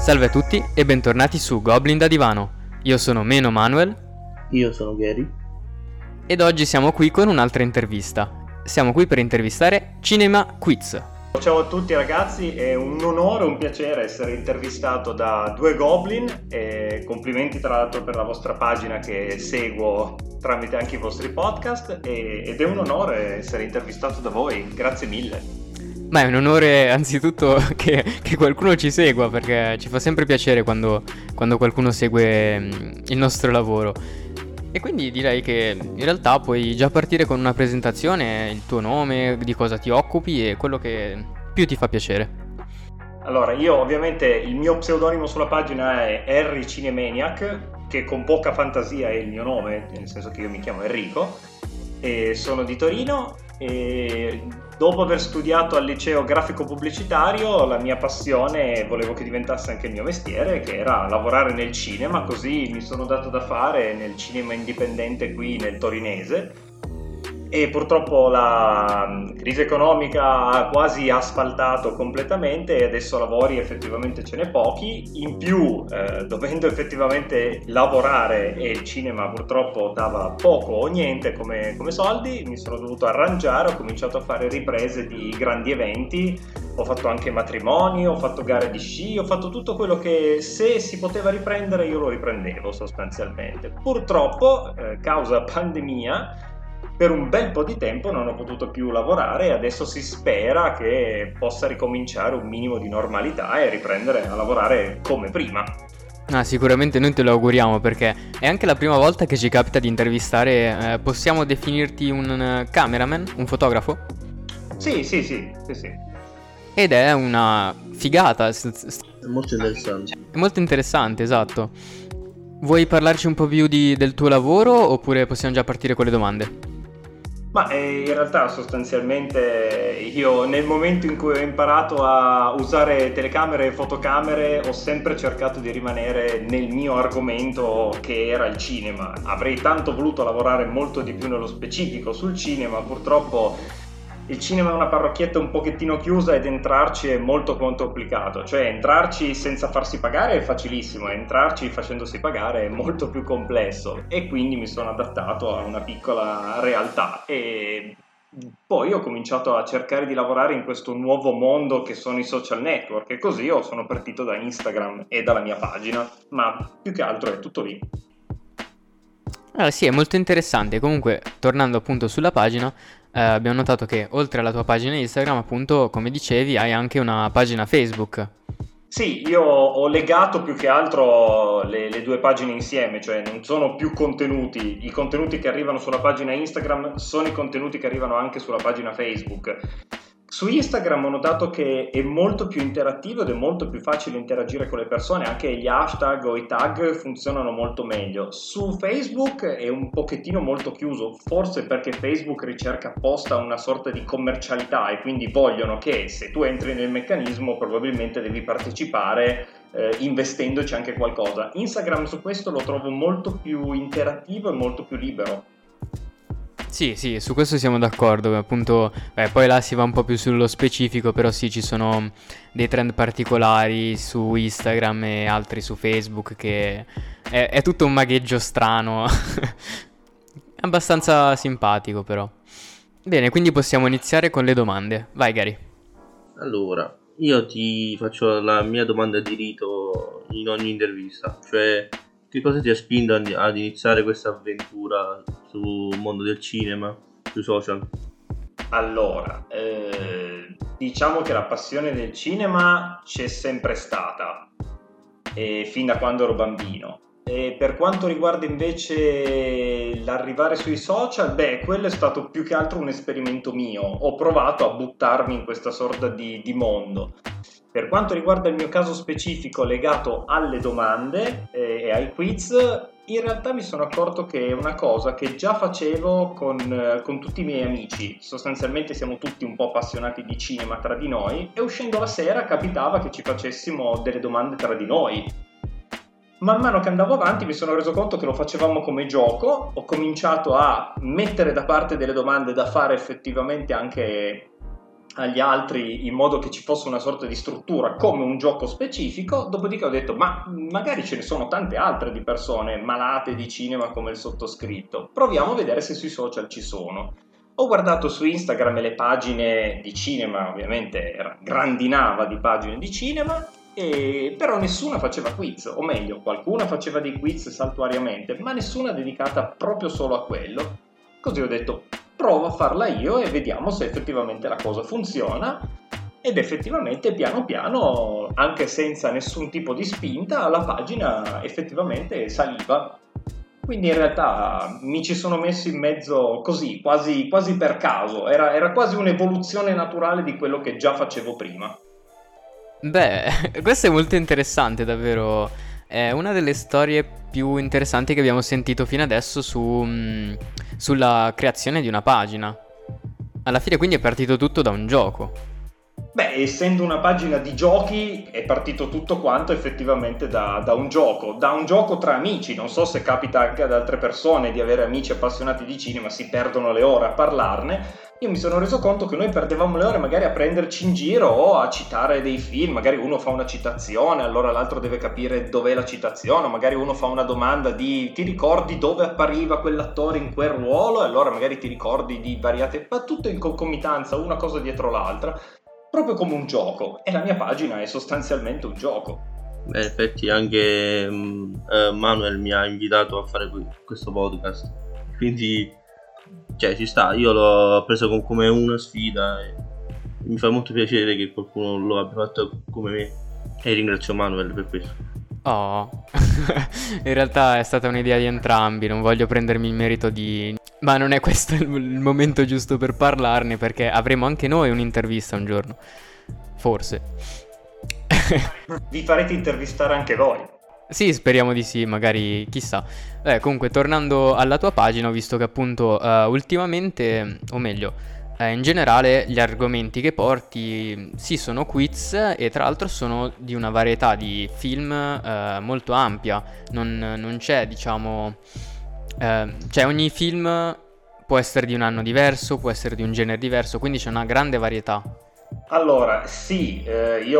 Salve a tutti e bentornati su Goblin da Divano. Io sono Meno Manuel. Io sono Gary. Ed oggi siamo qui con un'altra intervista. Siamo qui per intervistare Cinema Quiz. Ciao a tutti ragazzi, è un onore, un piacere essere intervistato da due Goblin e complimenti tra l'altro per la vostra pagina che seguo tramite anche i vostri podcast ed è un onore essere intervistato da voi, grazie mille. Ma è un onore anzitutto che qualcuno ci segua, perché ci fa sempre piacere quando qualcuno segue il nostro lavoro. E quindi direi che in realtà puoi già partire con una presentazione, il tuo nome, di cosa ti occupi e quello che più ti fa piacere. Allora, io ovviamente il mio pseudonimo sulla pagina è Harry Cinemaniac, che con poca fantasia è il mio nome, nel senso che io mi chiamo Enrico e sono di Torino. E dopo aver studiato al liceo grafico pubblicitario, la mia passione volevo che diventasse anche il mio mestiere, che era lavorare nel cinema, così mi sono dato da fare nel cinema indipendente qui nel torinese. E purtroppo la crisi economica ha quasi asfaltato completamente e adesso lavori effettivamente ce n'è pochi, in più dovendo effettivamente lavorare e il cinema purtroppo dava poco o niente come soldi, mi sono dovuto arrangiare, ho cominciato a fare riprese di grandi eventi, ho fatto anche matrimoni, ho fatto gare di sci, ho fatto tutto quello che se si poteva riprendere io lo riprendevo sostanzialmente. Purtroppo, causa pandemia, per un bel po' di tempo non ho potuto più lavorare e adesso si spera che possa ricominciare un minimo di normalità e riprendere a lavorare come prima. Sicuramente noi te lo auguriamo, perché è anche la prima volta che ci capita di intervistare, possiamo definirti un cameraman, un fotografo? Sì. Ed è una figata. È molto interessante. È molto interessante, esatto. Vuoi parlarci un po' più del tuo lavoro oppure possiamo già partire con le domande? Ma in realtà sostanzialmente io nel momento in cui ho imparato a usare telecamere e fotocamere ho sempre cercato di rimanere nel mio argomento che era il cinema. Avrei tanto voluto lavorare molto di più nello specifico sul cinema, purtroppo il cinema è una parrocchietta un pochettino chiusa ed entrarci è molto complicato, cioè entrarci senza farsi pagare è facilissimo, entrarci facendosi pagare è molto più complesso e quindi mi sono adattato a una piccola realtà e poi ho cominciato a cercare di lavorare in questo nuovo mondo che sono i social network e così sono partito da Instagram e dalla mia pagina, ma più che altro è tutto lì. Sì, è molto interessante. Comunque, tornando appunto sulla pagina, abbiamo notato che oltre alla tua pagina Instagram, appunto, come dicevi, hai anche una pagina Facebook. Sì, io ho legato più che altro le due pagine insieme, cioè non sono più contenuti, i contenuti che arrivano sulla pagina Instagram sono i contenuti che arrivano anche sulla pagina Facebook. Su Instagram ho notato che è molto più interattivo ed è molto più facile interagire con le persone, anche gli hashtag o i tag funzionano molto meglio. Su Facebook è un pochettino molto chiuso, forse perché Facebook ricerca apposta una sorta di commercialità e quindi vogliono che se tu entri nel meccanismo probabilmente devi partecipare investendoci anche qualcosa. Instagram su questo lo trovo molto più interattivo e molto più libero. Sì, su questo siamo d'accordo, appunto, poi là si va un po' più sullo specifico, però sì, ci sono dei trend particolari su Instagram e altri su Facebook che è tutto un magheggio strano, abbastanza simpatico però. Bene, quindi possiamo iniziare con le domande, vai Gary. Allora, io ti faccio la mia domanda di rito in ogni intervista, cioè che cosa ti ha spinto ad iniziare questa avventura sul mondo del cinema, sui social? Allora, diciamo che la passione del cinema c'è sempre stata, fin da quando ero bambino. E per quanto riguarda invece l'arrivare sui social, quello è stato più che altro un esperimento mio. Ho provato a buttarmi in questa sorta di mondo. Per quanto riguarda il mio caso specifico legato alle domande e ai quiz, in realtà mi sono accorto che è una cosa che già facevo con tutti i miei amici. Sostanzialmente siamo tutti un po' appassionati di cinema tra di noi e uscendo la sera capitava che ci facessimo delle domande tra di noi. Man mano che andavo avanti mi sono reso conto che lo facevamo come gioco, ho cominciato a mettere da parte delle domande da fare effettivamente anche agli altri in modo che ci fosse una sorta di struttura come un gioco specifico. Dopodiché ho detto, ma magari ce ne sono tante altre di persone malate di cinema come il sottoscritto, proviamo a vedere se sui social ci sono. Ho guardato su Instagram le pagine di cinema, ovviamente era grandinava di pagine di cinema, però nessuna faceva quiz, o meglio, qualcuna faceva dei quiz saltuariamente, ma nessuna dedicata proprio solo a quello. Così ho detto, provo a farla io e vediamo se effettivamente la cosa funziona. Ed effettivamente piano piano, anche senza nessun tipo di spinta, la pagina effettivamente saliva. Quindi in realtà mi ci sono messo in mezzo così, quasi per caso, era quasi un'evoluzione naturale di quello che già facevo prima. Beh, questo è molto interessante, davvero. È una delle storie più interessanti che abbiamo sentito fino adesso sulla creazione di una pagina. Alla fine quindi è partito tutto da un gioco. Beh, essendo una pagina di giochi, è partito tutto quanto effettivamente da un gioco tra amici. Non so se capita anche ad altre persone di avere amici appassionati di cinema, si perdono le ore a parlarne. Io mi sono reso conto che noi perdevamo le ore magari a prenderci in giro o a citare dei film, magari uno fa una citazione, allora l'altro deve capire dov'è la citazione, o magari uno fa una domanda di ti ricordi dove appariva quell'attore in quel ruolo, e allora magari ti ricordi di variate, ma tutto in concomitanza, una cosa dietro l'altra. Proprio come un gioco, e la mia pagina è sostanzialmente un gioco. Beh, in effetti anche Manuel mi ha invitato a fare questo podcast, quindi cioè ci sta, io l'ho preso come una sfida e mi fa molto piacere che qualcuno lo abbia fatto come me e ringrazio Manuel per questo. Oh, in realtà è stata un'idea di entrambi, non voglio prendermi il merito di... Ma non è questo il momento giusto per parlarne, perché avremo anche noi un'intervista un giorno. Forse. Vi farete intervistare anche voi. Sì, speriamo di sì, magari chissà. Comunque, tornando alla tua pagina, ho visto che appunto ultimamente, o meglio, in generale gli argomenti che porti sì sono quiz e tra l'altro sono di una varietà di film molto ampia. Non c'è, diciamo... cioè ogni film può essere di un anno diverso, può essere di un genere diverso, quindi c'è una grande varietà. Allora, sì, io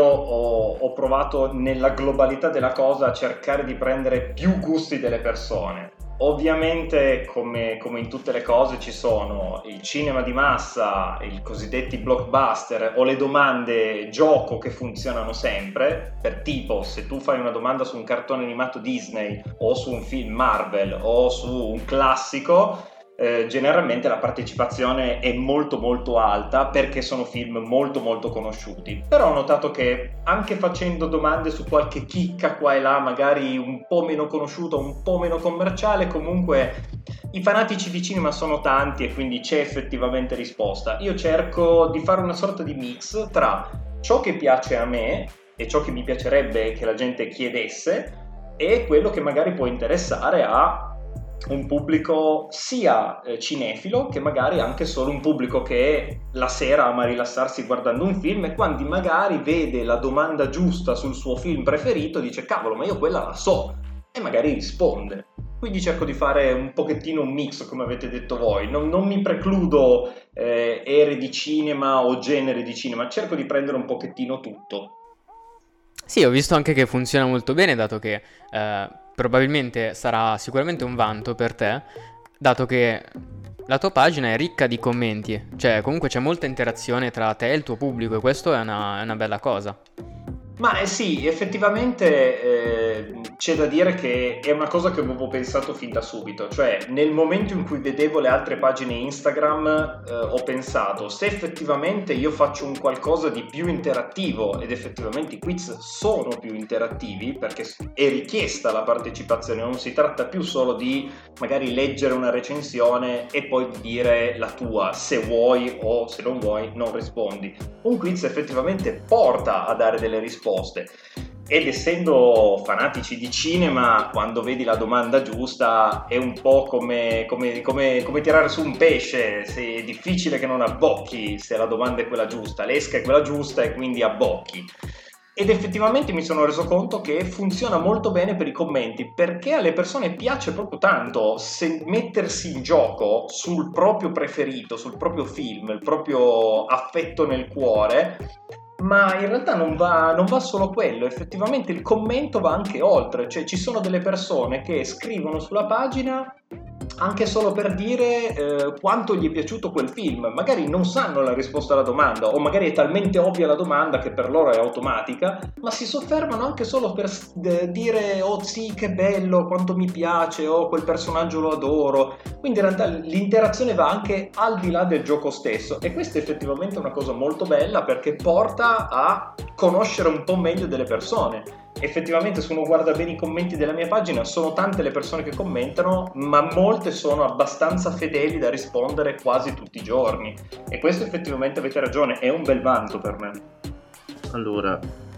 ho provato nella globalità della cosa a cercare di prendere più gusti delle persone. Ovviamente, come in tutte le cose, ci sono il cinema di massa, i cosiddetti blockbuster o le domande gioco che funzionano sempre, per tipo se tu fai una domanda su un cartone animato Disney o su un film Marvel o su un classico, generalmente la partecipazione è molto molto alta perché sono film molto molto conosciuti. Però ho notato che anche facendo domande su qualche chicca qua e là, magari un po' meno conosciuta, un po' meno commerciale, comunque i fanatici di cinema sono tanti e quindi c'è effettivamente risposta. Io cerco di fare una sorta di mix tra ciò che piace a me e ciò che mi piacerebbe che la gente chiedesse e quello che magari può interessare a un pubblico sia cinefilo che magari anche solo un pubblico che la sera ama rilassarsi guardando un film e quando magari vede la domanda giusta sul suo film preferito dice cavolo ma io quella la so e magari risponde. Quindi cerco di fare un pochettino un mix come avete detto voi, non mi precludo ere di cinema o generi di cinema, cerco di prendere un pochettino tutto. Sì, ho visto anche che funziona molto bene, dato che probabilmente sarà sicuramente un vanto per te, dato che la tua pagina è ricca di commenti, cioè comunque c'è molta interazione tra te e il tuo pubblico e questo è una bella cosa. Ma sì, effettivamente c'è da dire che è una cosa che avevo pensato fin da subito, cioè nel momento in cui vedevo le altre pagine Instagram ho pensato se effettivamente io faccio un qualcosa di più interattivo ed effettivamente i quiz sono più interattivi perché è richiesta la partecipazione, non si tratta più solo di magari leggere una recensione e poi dire la tua, se vuoi o se non vuoi non rispondi. Un quiz effettivamente porta a dare delle risposte ed essendo fanatici di cinema quando vedi la domanda giusta è un po' come tirare su un pesce, se è difficile che non abbocchi se la domanda è quella giusta, l'esca è quella giusta e quindi abbocchi. Ed effettivamente mi sono reso conto che funziona molto bene per i commenti, perché alle persone piace proprio tanto mettersi in gioco sul proprio preferito, sul proprio film, il proprio affetto nel cuore. Ma in realtà non va solo quello, effettivamente il commento va anche oltre, cioè ci sono delle persone che scrivono sulla pagina anche solo per dire quanto gli è piaciuto quel film, magari non sanno la risposta alla domanda o magari è talmente ovvia la domanda che per loro è automatica, ma si soffermano anche solo per dire oh sì che bello, quanto mi piace, oh quel personaggio lo adoro, quindi in realtà l'interazione va anche al di là del gioco stesso e questa è effettivamente una cosa molto bella perché porta a conoscere un po' meglio delle persone. Effettivamente se uno guarda bene i commenti della mia pagina sono tante le persone che commentano, ma molte sono abbastanza fedeli da rispondere quasi tutti i giorni e questo effettivamente avete ragione, è un bel vanto per me. Allora,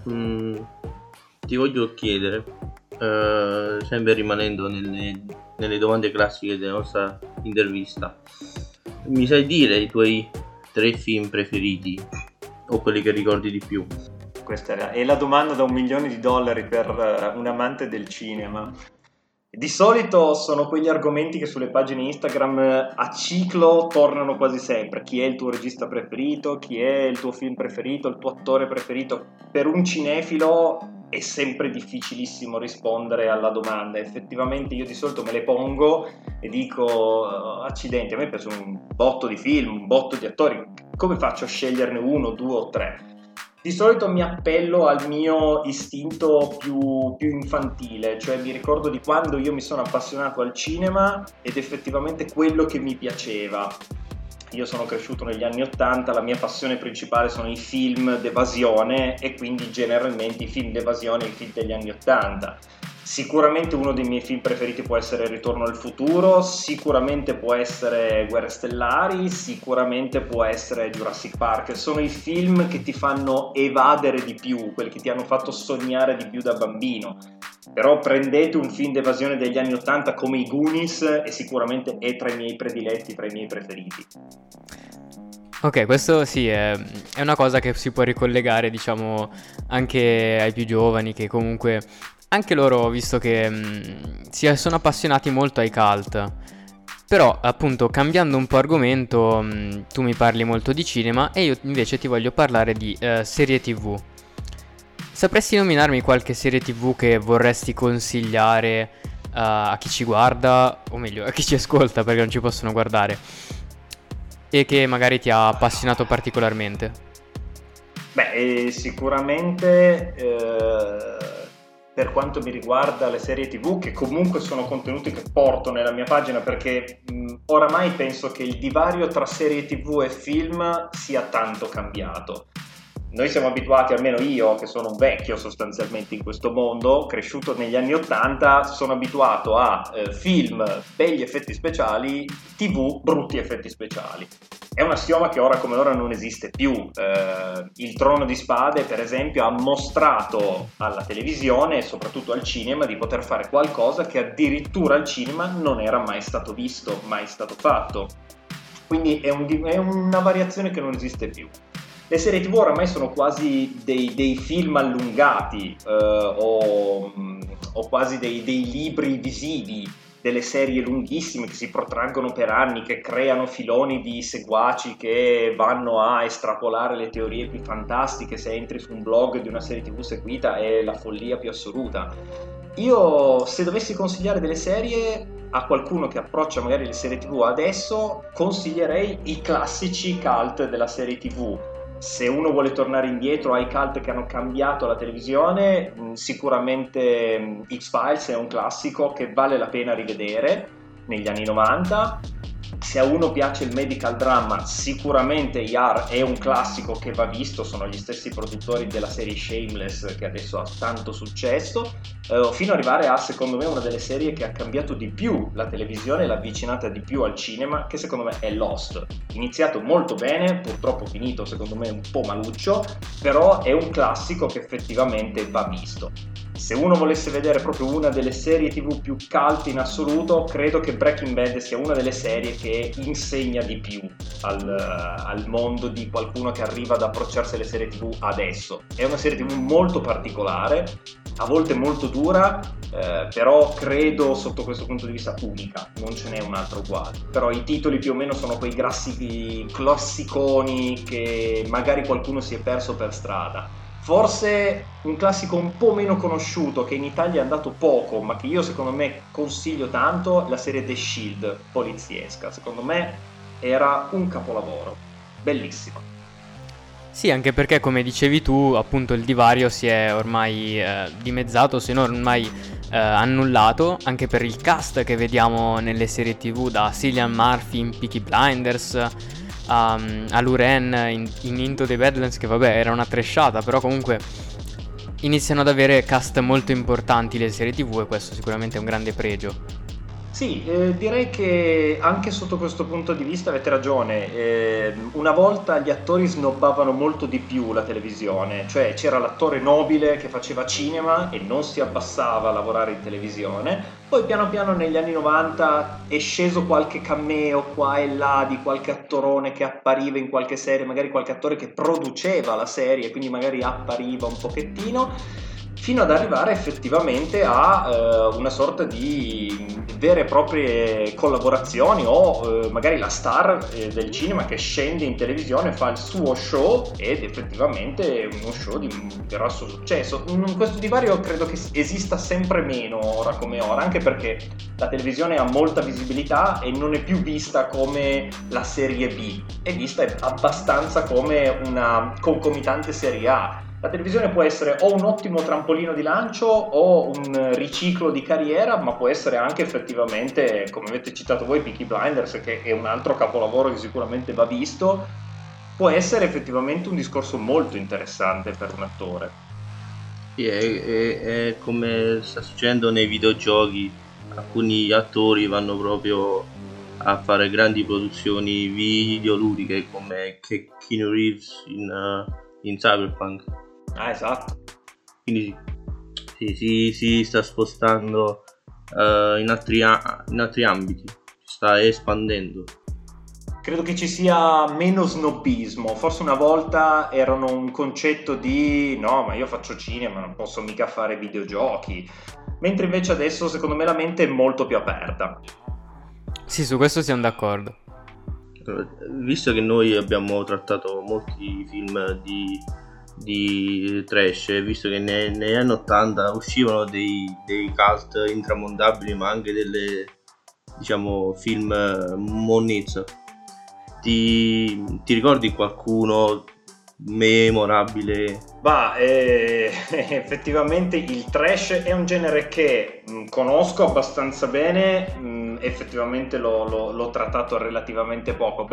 ti voglio chiedere, sempre rimanendo nelle domande classiche della nostra intervista, mi sai dire i tuoi 3 film preferiti o quelli che ricordi di più? Questa è la domanda da $1 milione per un amante del cinema. Di solito sono quegli argomenti che sulle pagine Instagram a ciclo tornano quasi sempre. Chi è il tuo regista preferito? Chi è il tuo film preferito? Il tuo attore preferito? Per un cinefilo è sempre difficilissimo rispondere alla domanda. Effettivamente io di solito me le pongo e dico accidenti, a me piace un botto di film, un botto di attori. Come faccio a sceglierne 1, 2 o 3? Di solito mi appello al mio istinto più infantile, cioè mi ricordo di quando io mi sono appassionato al cinema ed effettivamente quello che mi piaceva. Io sono cresciuto negli anni '80, la mia passione principale sono i film d'evasione e quindi generalmente i film d'evasione e i film degli anni '80. Sicuramente uno dei miei film preferiti può essere Ritorno al futuro, sicuramente può essere Guerre stellari, sicuramente può essere Jurassic Park. Sono i film che ti fanno evadere di più, quelli che ti hanno fatto sognare di più da bambino. Però prendete un film d'evasione degli anni '80 come i Goonies e sicuramente è tra i miei prediletti, tra i miei preferiti. Ok, questo sì, è una cosa che si può ricollegare, diciamo, anche ai più giovani che comunque... Anche loro ho visto che si sono appassionati molto ai cult. Però, appunto, cambiando un po' argomento, tu mi parli molto di cinema e io invece ti voglio parlare di serie TV. Sapresti nominarmi qualche serie TV che vorresti consigliare a chi ci guarda, o meglio, a chi ci ascolta perché non ci possono guardare, e che magari ti ha appassionato particolarmente? Beh, sicuramente... per quanto mi riguarda le serie TV, che comunque sono contenuti che porto nella mia pagina perché oramai penso che il divario tra serie TV e film sia tanto cambiato. Noi siamo abituati, almeno io che sono un vecchio sostanzialmente in questo mondo, cresciuto negli anni '80, sono abituato a film, begli effetti speciali, TV, brutti effetti speciali. È un assioma che ora come ora non esiste più. Il Trono di Spade, per esempio, ha mostrato alla televisione e soprattutto al cinema di poter fare qualcosa che addirittura al cinema non era mai stato visto, mai stato fatto. Quindi è una variazione che non esiste più. Le serie TV oramai sono quasi dei film allungati o quasi dei libri visivi, delle serie lunghissime che si protraggono per anni, che creano filoni di seguaci che vanno a estrapolare le teorie più fantastiche. Se entri su un blog di una serie TV seguita è la follia più assoluta. Io, se dovessi consigliare delle serie a qualcuno che approccia magari le serie TV adesso, consiglierei i classici cult della serie TV. Se uno vuole tornare indietro ai cult che hanno cambiato la televisione, sicuramente X-Files è un classico che vale la pena rivedere negli anni '90. Se a uno piace il medical drama, sicuramente ER è un classico che va visto, sono gli stessi produttori della serie Shameless che adesso ha tanto successo, fino ad arrivare a, secondo me, una delle serie che ha cambiato di più la televisione, l'ha avvicinata di più al cinema, che secondo me è Lost. Iniziato molto bene, purtroppo finito secondo me un po' maluccio, però è un classico che effettivamente va visto. se uno volesse vedere proprio una delle serie TV più cult in assoluto, credo che Breaking Bad sia una delle serie che insegna di più al mondo di qualcuno che arriva ad approcciarsi alle serie TV adesso. È una serie TV molto particolare, a volte molto dura, però credo sotto questo punto di vista unica, non ce n'è un altro uguale. Però i titoli più o meno sono quei classiconi che magari qualcuno si è perso per strada. Forse un classico un po' meno conosciuto, che in Italia è andato poco, ma che io secondo me consiglio tanto, la serie The Shield poliziesca. Secondo me era un capolavoro, bellissimo. Sì, anche perché come dicevi tu, appunto il divario si è ormai dimezzato, se non ormai annullato, anche per il cast che vediamo nelle serie TV, da Cillian Murphy in Peaky Blinders a Luren in Into the Badlands, che vabbè era una trashata, però comunque iniziano ad avere cast molto importanti le serie TV, e questo sicuramente è un grande pregio. Sì, direi che anche sotto questo punto di vista avete ragione. Una volta gli attori snobbavano molto di più la televisione, cioè c'era l'attore nobile che faceva cinema e non si abbassava a lavorare in televisione. Poi piano piano negli anni 90 è sceso qualche cameo qua e là di qualche attorone che appariva in qualche serie, magari qualche attore che produceva la serie, quindi magari appariva un pochettino, fino ad arrivare effettivamente a una sorta di vere e proprie collaborazioni, o magari la star del cinema che scende in televisione, fa il suo show, ed effettivamente è uno show di grosso successo. Questo divario credo che esista sempre meno ora come ora, anche perché la televisione ha molta visibilità e non è più vista come la serie B, è vista abbastanza come una concomitante serie A. La televisione può essere o un ottimo trampolino di lancio o un riciclo di carriera, ma può essere anche effettivamente, come avete citato voi, Peaky Blinders, che è un altro capolavoro che sicuramente va visto, può essere effettivamente un discorso molto interessante per un attore. Sì, è come sta succedendo nei videogiochi, alcuni attori vanno proprio a fare grandi produzioni videoludiche come Keanu Reeves in Cyberpunk. Ah, esatto. Quindi sì, si sta spostando in altri ambiti, sta espandendo. Credo che ci sia meno snobismo. Forse una volta erano un concetto di no, ma io faccio cinema, non posso mica fare videogiochi, mentre invece adesso secondo me la mente è molto più aperta. Sì, su questo siamo d'accordo. Visto che noi abbiamo trattato molti film di trash, visto che negli anni 80 uscivano dei cult intramondabili, ma anche delle, diciamo, film monnezza, ti ricordi qualcuno memorabile? Effettivamente il trash è un genere che conosco abbastanza bene, effettivamente l'ho trattato relativamente poco.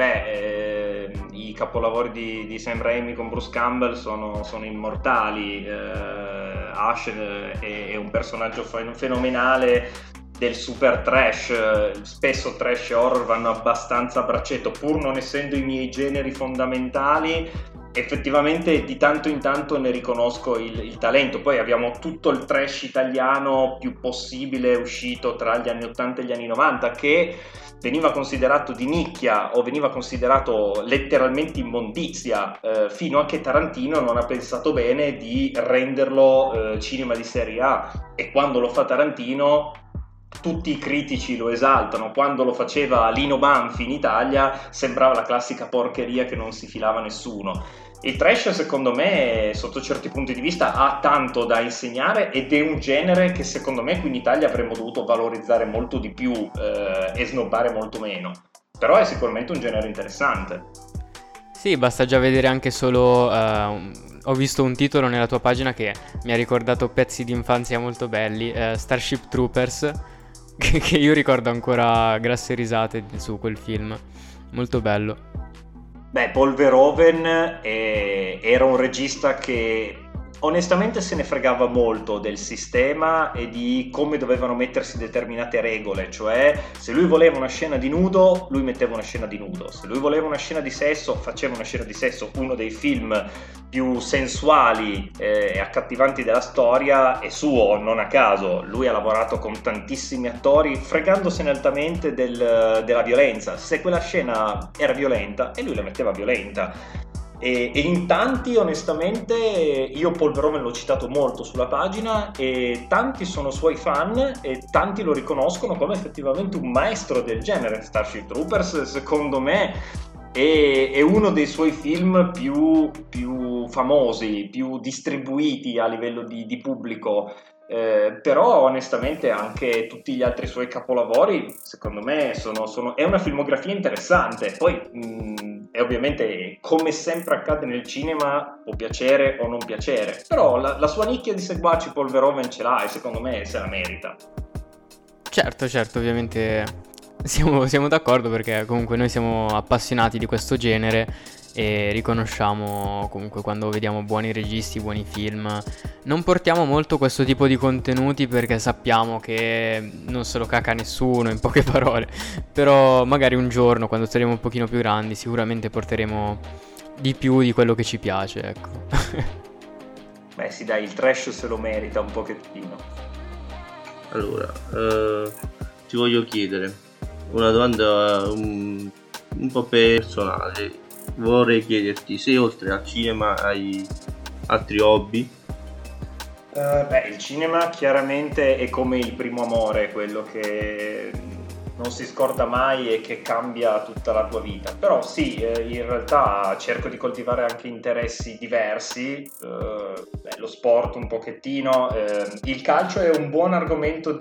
I capolavori di Sam Raimi con Bruce Campbell sono immortali. Ash è un personaggio fenomenale del super trash. Spesso trash e horror vanno abbastanza a braccetto, pur non essendo i miei generi fondamentali. Effettivamente di tanto in tanto ne riconosco il talento. Poi abbiamo tutto il trash italiano più possibile uscito tra gli anni 80 e gli anni 90, che veniva considerato di nicchia o veniva considerato letteralmente immondizia, fino a che Tarantino non ha pensato bene di renderlo cinema di serie A, e quando lo fa Tarantino tutti i critici lo esaltano. Quando lo faceva Lino Banfi in Italia sembrava la classica porcheria che non si filava nessuno. Il trash, secondo me, sotto certi punti di vista ha tanto da insegnare, ed è un genere che secondo me qui in Italia avremmo dovuto valorizzare molto di più e snobbare molto meno. Però è sicuramente un genere interessante. Sì, basta già vedere anche solo... ho visto un titolo nella tua pagina che mi ha ricordato pezzi di infanzia molto belli, Starship Troopers, che io ricordo ancora grasse risate su quel film, molto bello. Paul Verhoeven era un regista che onestamente se ne fregava molto del sistema e di come dovevano mettersi determinate regole, cioè se lui voleva una scena di nudo, lui metteva una scena di nudo, se lui voleva una scena di sesso, faceva una scena di sesso. Uno dei film più sensuali e accattivanti della storia è suo, non a caso. Lui ha lavorato con tantissimi attori fregandosene altamente della violenza. Se quella scena era violenta, e lui la metteva violenta. E in tanti, onestamente, io Paul Verhoeven l'ho citato molto sulla pagina, e tanti sono suoi fan e tanti lo riconoscono come effettivamente un maestro del genere. Starship Troopers, secondo me, è uno dei suoi film più famosi, più distribuiti a livello di pubblico. Però onestamente anche tutti gli altri suoi capolavori secondo me è una filmografia interessante. Poi e ovviamente, come sempre accade nel cinema, può piacere o non piacere, però la sua nicchia di seguaci Paul Verhoeven ce l'ha, e secondo me se la merita. Certo, ovviamente siamo d'accordo, perché comunque noi siamo appassionati di questo genere e riconosciamo comunque quando vediamo buoni registi, buoni film. Non portiamo molto questo tipo di contenuti perché sappiamo che non se lo caca nessuno, in poche parole. Però magari un giorno, quando saremo un pochino più grandi, sicuramente porteremo di più di quello che ci piace, ecco. Beh sì, dai, il trash se lo merita un pochettino. Allora, ti voglio chiedere una domanda un po' personale. Vorrei chiederti se oltre al cinema hai altri hobby. Il cinema chiaramente è come il primo amore, quello che non si scorda mai e che cambia tutta la tua vita. Però sì, in realtà cerco di coltivare anche interessi diversi, lo sport un pochettino, il calcio è un buon argomento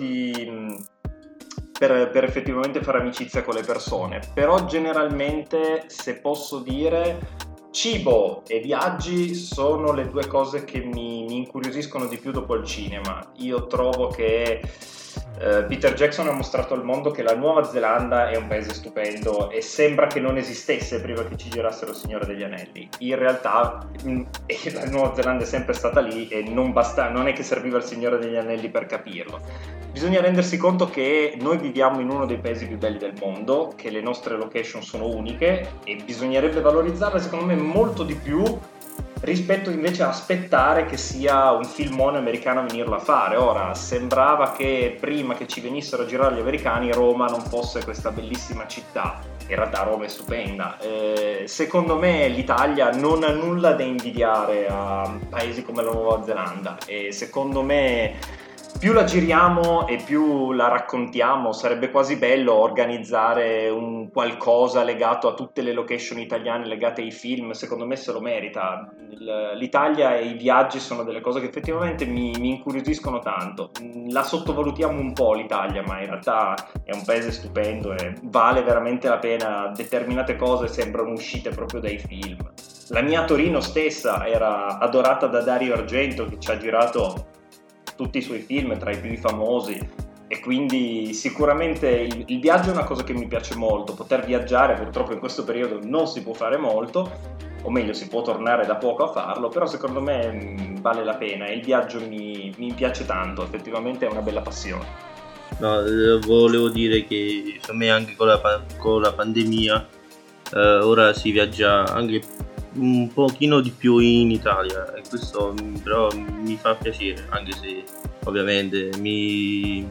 per effettivamente fare amicizia con le persone, però generalmente, se posso dire, cibo e viaggi sono le due cose che mi incuriosiscono di più dopo il cinema. Io trovo che Peter Jackson ha mostrato al mondo che la Nuova Zelanda è un paese stupendo, e sembra che non esistesse prima che ci girassero il Signore degli Anelli. In realtà la Nuova Zelanda è sempre stata lì, e non è che serviva il Signore degli Anelli per capirlo. Bisogna rendersi conto che noi viviamo in uno dei paesi più belli del mondo, che le nostre location sono uniche, e bisognerebbe valorizzarle secondo me molto di più rispetto invece a aspettare che sia un filmone americano a venirlo a fare. Ora, sembrava che prima che ci venissero a girare gli americani Roma non fosse questa bellissima città. In realtà Roma è stupenda. Secondo me l'Italia non ha nulla da invidiare a paesi come la Nuova Zelanda, e secondo me più la giriamo e più la raccontiamo. Sarebbe quasi bello organizzare un qualcosa legato a tutte le location italiane legate ai film. Secondo me se lo merita. L'Italia e i viaggi sono delle cose che effettivamente mi incuriosiscono tanto. La sottovalutiamo un po' l'Italia, ma in realtà è un paese stupendo e vale veramente la pena. Determinate cose sembrano uscite proprio dai film. La mia Torino stessa era adorata da Dario Argento, che ci ha girato tutti i suoi film, tra i più famosi, e quindi sicuramente il viaggio è una cosa che mi piace molto. Poter viaggiare, purtroppo in questo periodo non si può fare molto, o meglio si può tornare da poco a farlo, però secondo me vale la pena, e il viaggio mi piace tanto, effettivamente è una bella passione. No, volevo dire che secondo me anche con la pandemia ora si viaggia anche un pochino di più in Italia, e questo però mi fa piacere, anche se ovviamente mi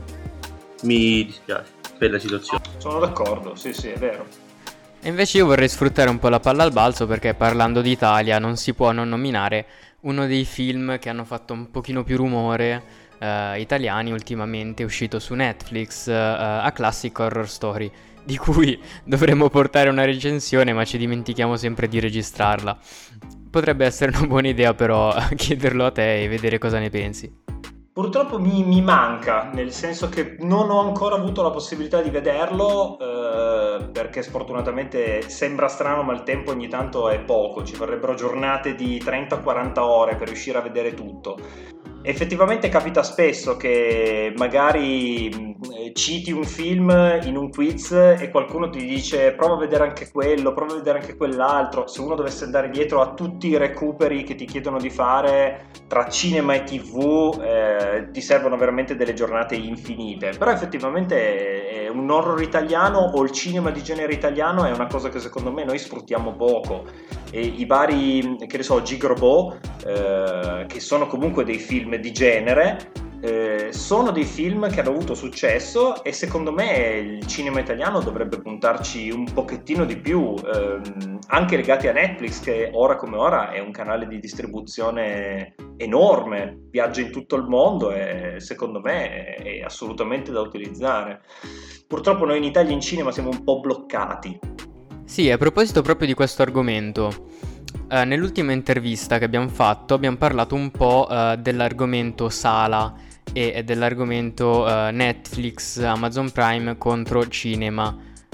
dispiace per la situazione. Sono d'accordo, sì, è vero. E invece io vorrei sfruttare un po' la palla al balzo, perché parlando d'Italia non si può non nominare uno dei film che hanno fatto un pochino più rumore italiani ultimamente, uscito su Netflix, A Classic Horror Story, di cui dovremmo portare una recensione, ma ci dimentichiamo sempre di registrarla. Potrebbe essere una buona idea però chiederlo a te e vedere cosa ne pensi. Purtroppo mi manca, nel senso che non ho ancora avuto la possibilità di vederlo, perché sfortunatamente sembra strano, ma il tempo ogni tanto è poco, ci vorrebbero giornate di 30-40 ore per riuscire a vedere tutto. Effettivamente capita spesso che magari citi un film in un quiz e qualcuno ti dice prova a vedere anche quello, prova a vedere anche quell'altro. Se uno dovesse andare dietro a tutti i recuperi che ti chiedono di fare tra cinema e TV, ti servono veramente delle giornate infinite. Però effettivamente un horror italiano o il cinema di genere italiano è una cosa che secondo me noi sfruttiamo poco. E i vari, che ne so, Gigrobot, che sono comunque dei film di genere, sono dei film che hanno avuto successo e secondo me il cinema italiano dovrebbe puntarci un pochettino di più, anche legati a Netflix, che ora come ora è un canale di distribuzione enorme, viaggia in tutto il mondo e secondo me è assolutamente da utilizzare. Purtroppo noi in Italia in cinema siamo un po' bloccati. Sì, a proposito proprio di questo argomento, nell'ultima intervista che abbiamo fatto abbiamo parlato un po' dell'argomento sala e dell'argomento Netflix, Amazon Prime contro cinema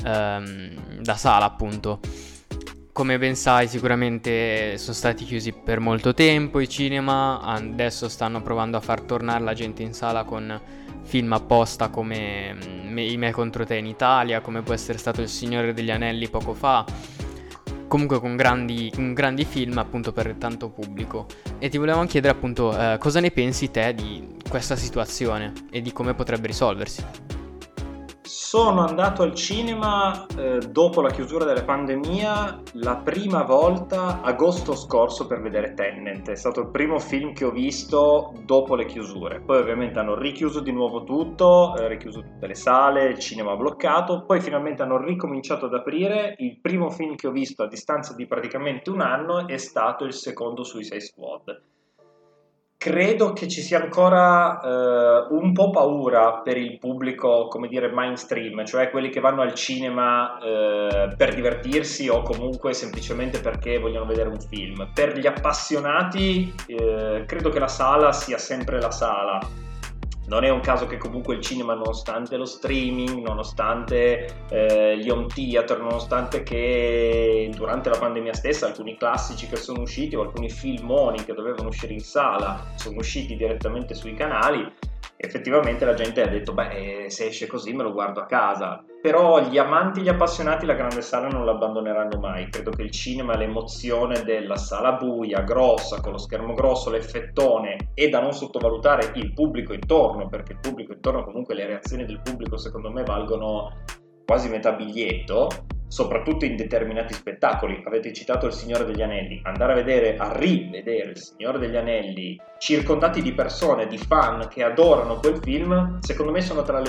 da sala, appunto. Come ben sai, sicuramente sono stati chiusi per molto tempo i cinema, adesso stanno provando a far tornare la gente in sala con film apposta come I me contro te in Italia, come può essere stato Il Signore degli Anelli poco fa, comunque con grandi film appunto per tanto pubblico. E ti volevamo chiedere appunto cosa ne pensi te di questa situazione e di come potrebbe risolversi. Sono andato al cinema dopo la chiusura della pandemia la prima volta agosto scorso per vedere Tenet. È stato il primo film che ho visto dopo le chiusure. Poi ovviamente hanno richiuso di nuovo tutto, richiuso tutte le sale, il cinema bloccato. Poi finalmente hanno ricominciato ad aprire. Il primo film che ho visto a distanza di praticamente un anno è stato il secondo Suicide Squad. Credo che ci sia ancora un po' paura per il pubblico, come dire, mainstream, cioè quelli che vanno al cinema per divertirsi o comunque semplicemente perché vogliono vedere un film. Per gli appassionati credo che la sala sia sempre la sala. Non è un caso che comunque il cinema, nonostante lo streaming, nonostante gli home theater, nonostante che durante la pandemia stessa alcuni classici che sono usciti o alcuni filmoni che dovevano uscire in sala sono usciti direttamente sui canali, effettivamente la gente ha detto se esce così me lo guardo a casa. Però gli amanti, gli appassionati la grande sala non l'abbandoneranno mai. Credo che il cinema, l'emozione della sala buia, grossa, con lo schermo grosso, l'effettone, e da non sottovalutare il pubblico intorno, perché il pubblico intorno, comunque le reazioni del pubblico secondo me valgono quasi metà biglietto, soprattutto in determinati spettacoli. Avete citato Il Signore degli Anelli. Andare a rivedere Il Signore degli Anelli circondati di persone, di fan che adorano quel film, secondo me sono tra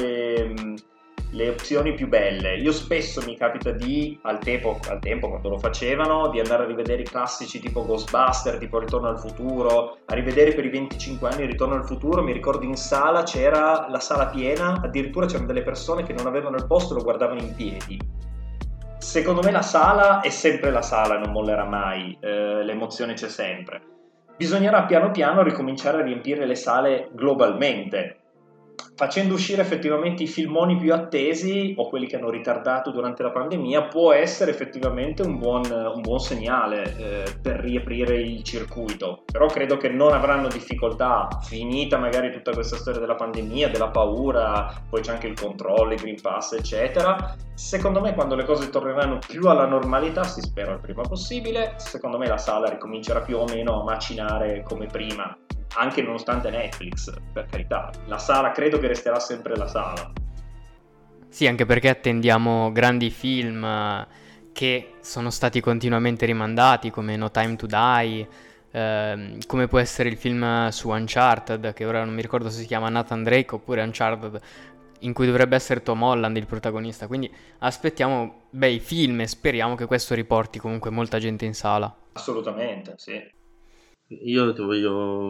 le opzioni più belle. Io spesso mi capita al tempo quando lo facevano, di andare a rivedere i classici tipo Ghostbuster, tipo Ritorno al futuro, a rivedere per i 25 anni Ritorno al futuro. Mi ricordo in sala c'era la sala piena, addirittura c'erano delle persone che non avevano il posto e lo guardavano in piedi. Secondo me la sala è sempre la sala, non mollerà mai, l'emozione c'è sempre. Bisognerà piano piano ricominciare a riempire le sale globalmente, facendo uscire effettivamente i filmoni più attesi o quelli che hanno ritardato durante la pandemia. Può essere effettivamente un buon segnale per riaprire il circuito. Però credo che non avranno difficoltà, finita magari tutta questa storia della pandemia, della paura, poi c'è anche il controllo, il Green Pass eccetera. Secondo me quando le cose torneranno più alla normalità, si spera il prima possibile, secondo me la sala ricomincerà più o meno a macinare come prima, anche nonostante Netflix, per carità. La sala credo che resterà sempre la sala. Sì, anche perché attendiamo grandi film che sono stati continuamente rimandati, come No Time to Die, come può essere il film su Uncharted, che ora non mi ricordo se si chiama Nathan Drake oppure Uncharted, in cui dovrebbe essere Tom Holland il protagonista. Quindi aspettiamo bei film e speriamo che questo riporti comunque molta gente in sala. Assolutamente, sì. Io ti voglio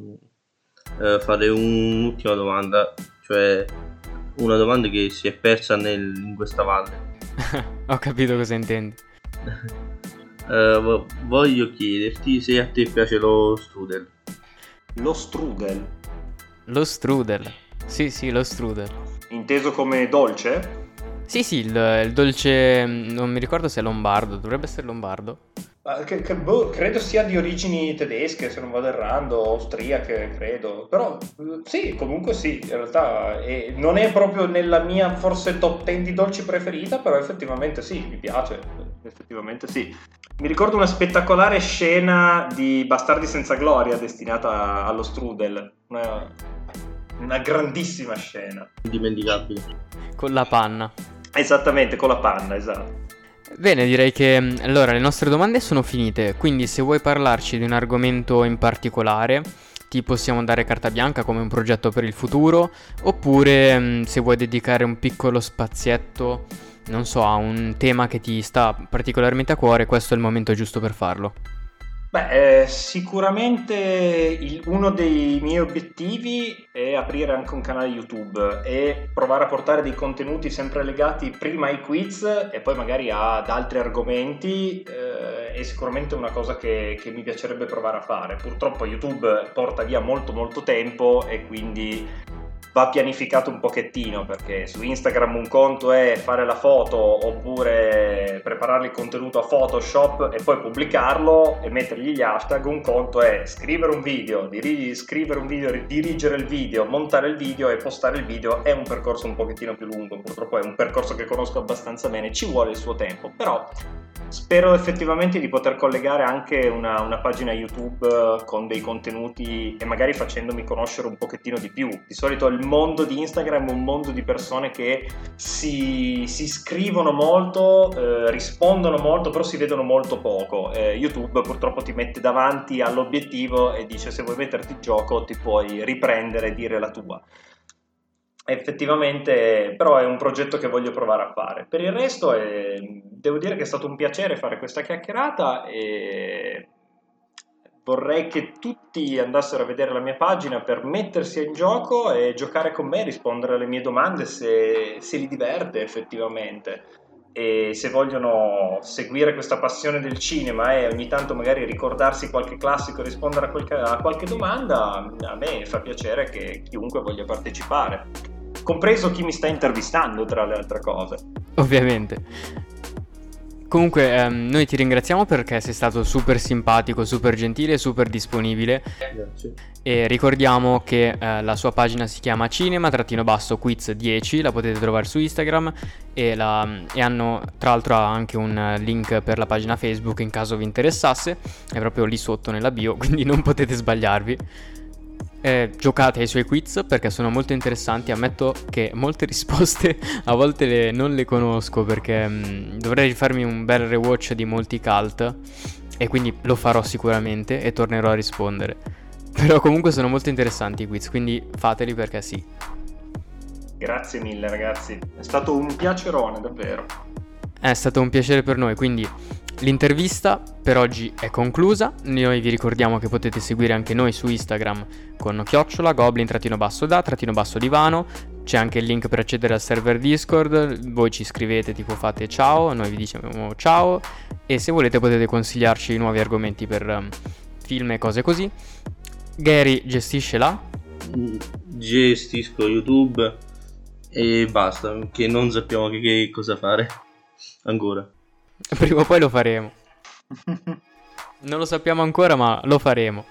fare un'ultima domanda, cioè una domanda che si è persa in questa valle. Ho capito cosa intendi. Voglio chiederti se a te piace lo strudel. Lo strudel? Lo strudel. Sì, lo strudel. Inteso come dolce? Sì, il dolce, non mi ricordo se è lombardo, dovrebbe essere lombardo. Credo sia di origini tedesche, se non vado errando, austriache, credo. Però sì, comunque sì, in realtà non è proprio nella mia forse top 10 di dolci preferita, però effettivamente sì, mi piace, effettivamente sì. Mi ricordo una spettacolare scena di Bastardi senza gloria destinata allo strudel, una grandissima scena. Indimenticabile. Con la panna. Esattamente, con la panna, esatto. Bene, direi che allora le nostre domande sono finite, quindi se vuoi parlarci di un argomento in particolare, ti possiamo dare carta bianca come un progetto per il futuro, oppure se vuoi dedicare un piccolo spazietto, non so, a un tema che ti sta particolarmente a cuore, questo è il momento giusto per farlo. Beh, sicuramente uno dei miei obiettivi è aprire anche un canale YouTube e provare a portare dei contenuti sempre legati prima ai quiz e poi magari ad altri argomenti. È sicuramente una cosa che mi piacerebbe provare a fare. Purtroppo YouTube porta via molto molto tempo e quindi va pianificato un pochettino, perché su Instagram un conto è fare la foto oppure preparare il contenuto a Photoshop e poi pubblicarlo e mettergli gli hashtag. Un conto è scrivere un video, dirigere il video, montare il video e postare il video. È un percorso un pochettino più lungo, purtroppo è un percorso che conosco abbastanza bene, ci vuole il suo tempo, però spero effettivamente di poter collegare anche una pagina YouTube con dei contenuti e magari facendomi conoscere un pochettino di più. Di solito il mondo di Instagram è un mondo di persone che si scrivono molto, rispondono molto, però si vedono molto poco. YouTube purtroppo ti mette davanti all'obiettivo e dice: se vuoi metterti in gioco ti puoi riprendere e dire la tua. Effettivamente, però è un progetto che voglio provare a fare. Per il resto devo dire che è stato un piacere fare questa chiacchierata e vorrei che tutti andassero a vedere la mia pagina per mettersi in gioco e giocare con me, rispondere alle mie domande se li diverte effettivamente. E se vogliono seguire questa passione del cinema e ogni tanto magari ricordarsi qualche classico e rispondere a qualche domanda, a me fa piacere che chiunque voglia partecipare, compreso chi mi sta intervistando, tra le altre cose. Ovviamente. Comunque noi ti ringraziamo perché sei stato super simpatico, super gentile, super disponibile. Grazie. E ricordiamo che la sua pagina si chiama cinema-quiz10, la potete trovare su Instagram e hanno tra l'altro anche un link per la pagina Facebook in caso vi interessasse, è proprio lì sotto nella bio, quindi non potete sbagliarvi. Giocate ai suoi quiz perché sono molto interessanti. Ammetto che molte risposte a volte non le conosco perché dovrei rifarmi un bel rewatch di molti cult e quindi lo farò sicuramente e tornerò a rispondere. Però comunque sono molto interessanti i quiz, quindi fateli perché sì. Grazie mille ragazzi, è stato un piacerone davvero. È stato un piacere per noi, quindi l'intervista per oggi è conclusa. Noi vi ricordiamo che potete seguire anche noi su Instagram con @goblin_da_divano. C'è anche il link per accedere al server Discord. Voi ci scrivete, tipo fate ciao, noi vi diciamo ciao. E se volete potete consigliarci nuovi argomenti per film e cose così. Gary gestisce Gestisco YouTube e basta, che non sappiamo che cosa fare ancora. Prima o poi lo faremo. Non lo sappiamo ancora, ma lo faremo.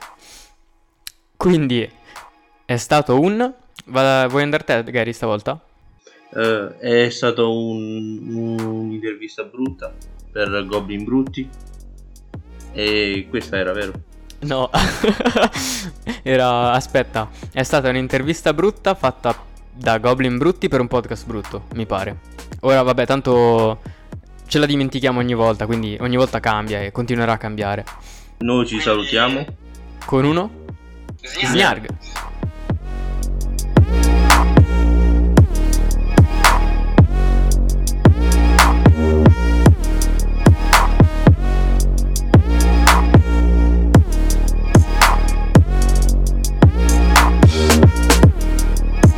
Quindi è stato vuoi andare te, Gary, stavolta? È stato un'intervista brutta per Goblin Brutti. E questa era, vero? No. Aspetta, è stata un'intervista brutta fatta da Goblin Brutti per un podcast brutto, mi pare. Ora vabbè, tanto ce la dimentichiamo ogni volta, quindi ogni volta cambia e continuerà a cambiare. Noi ci salutiamo con uno Snarg.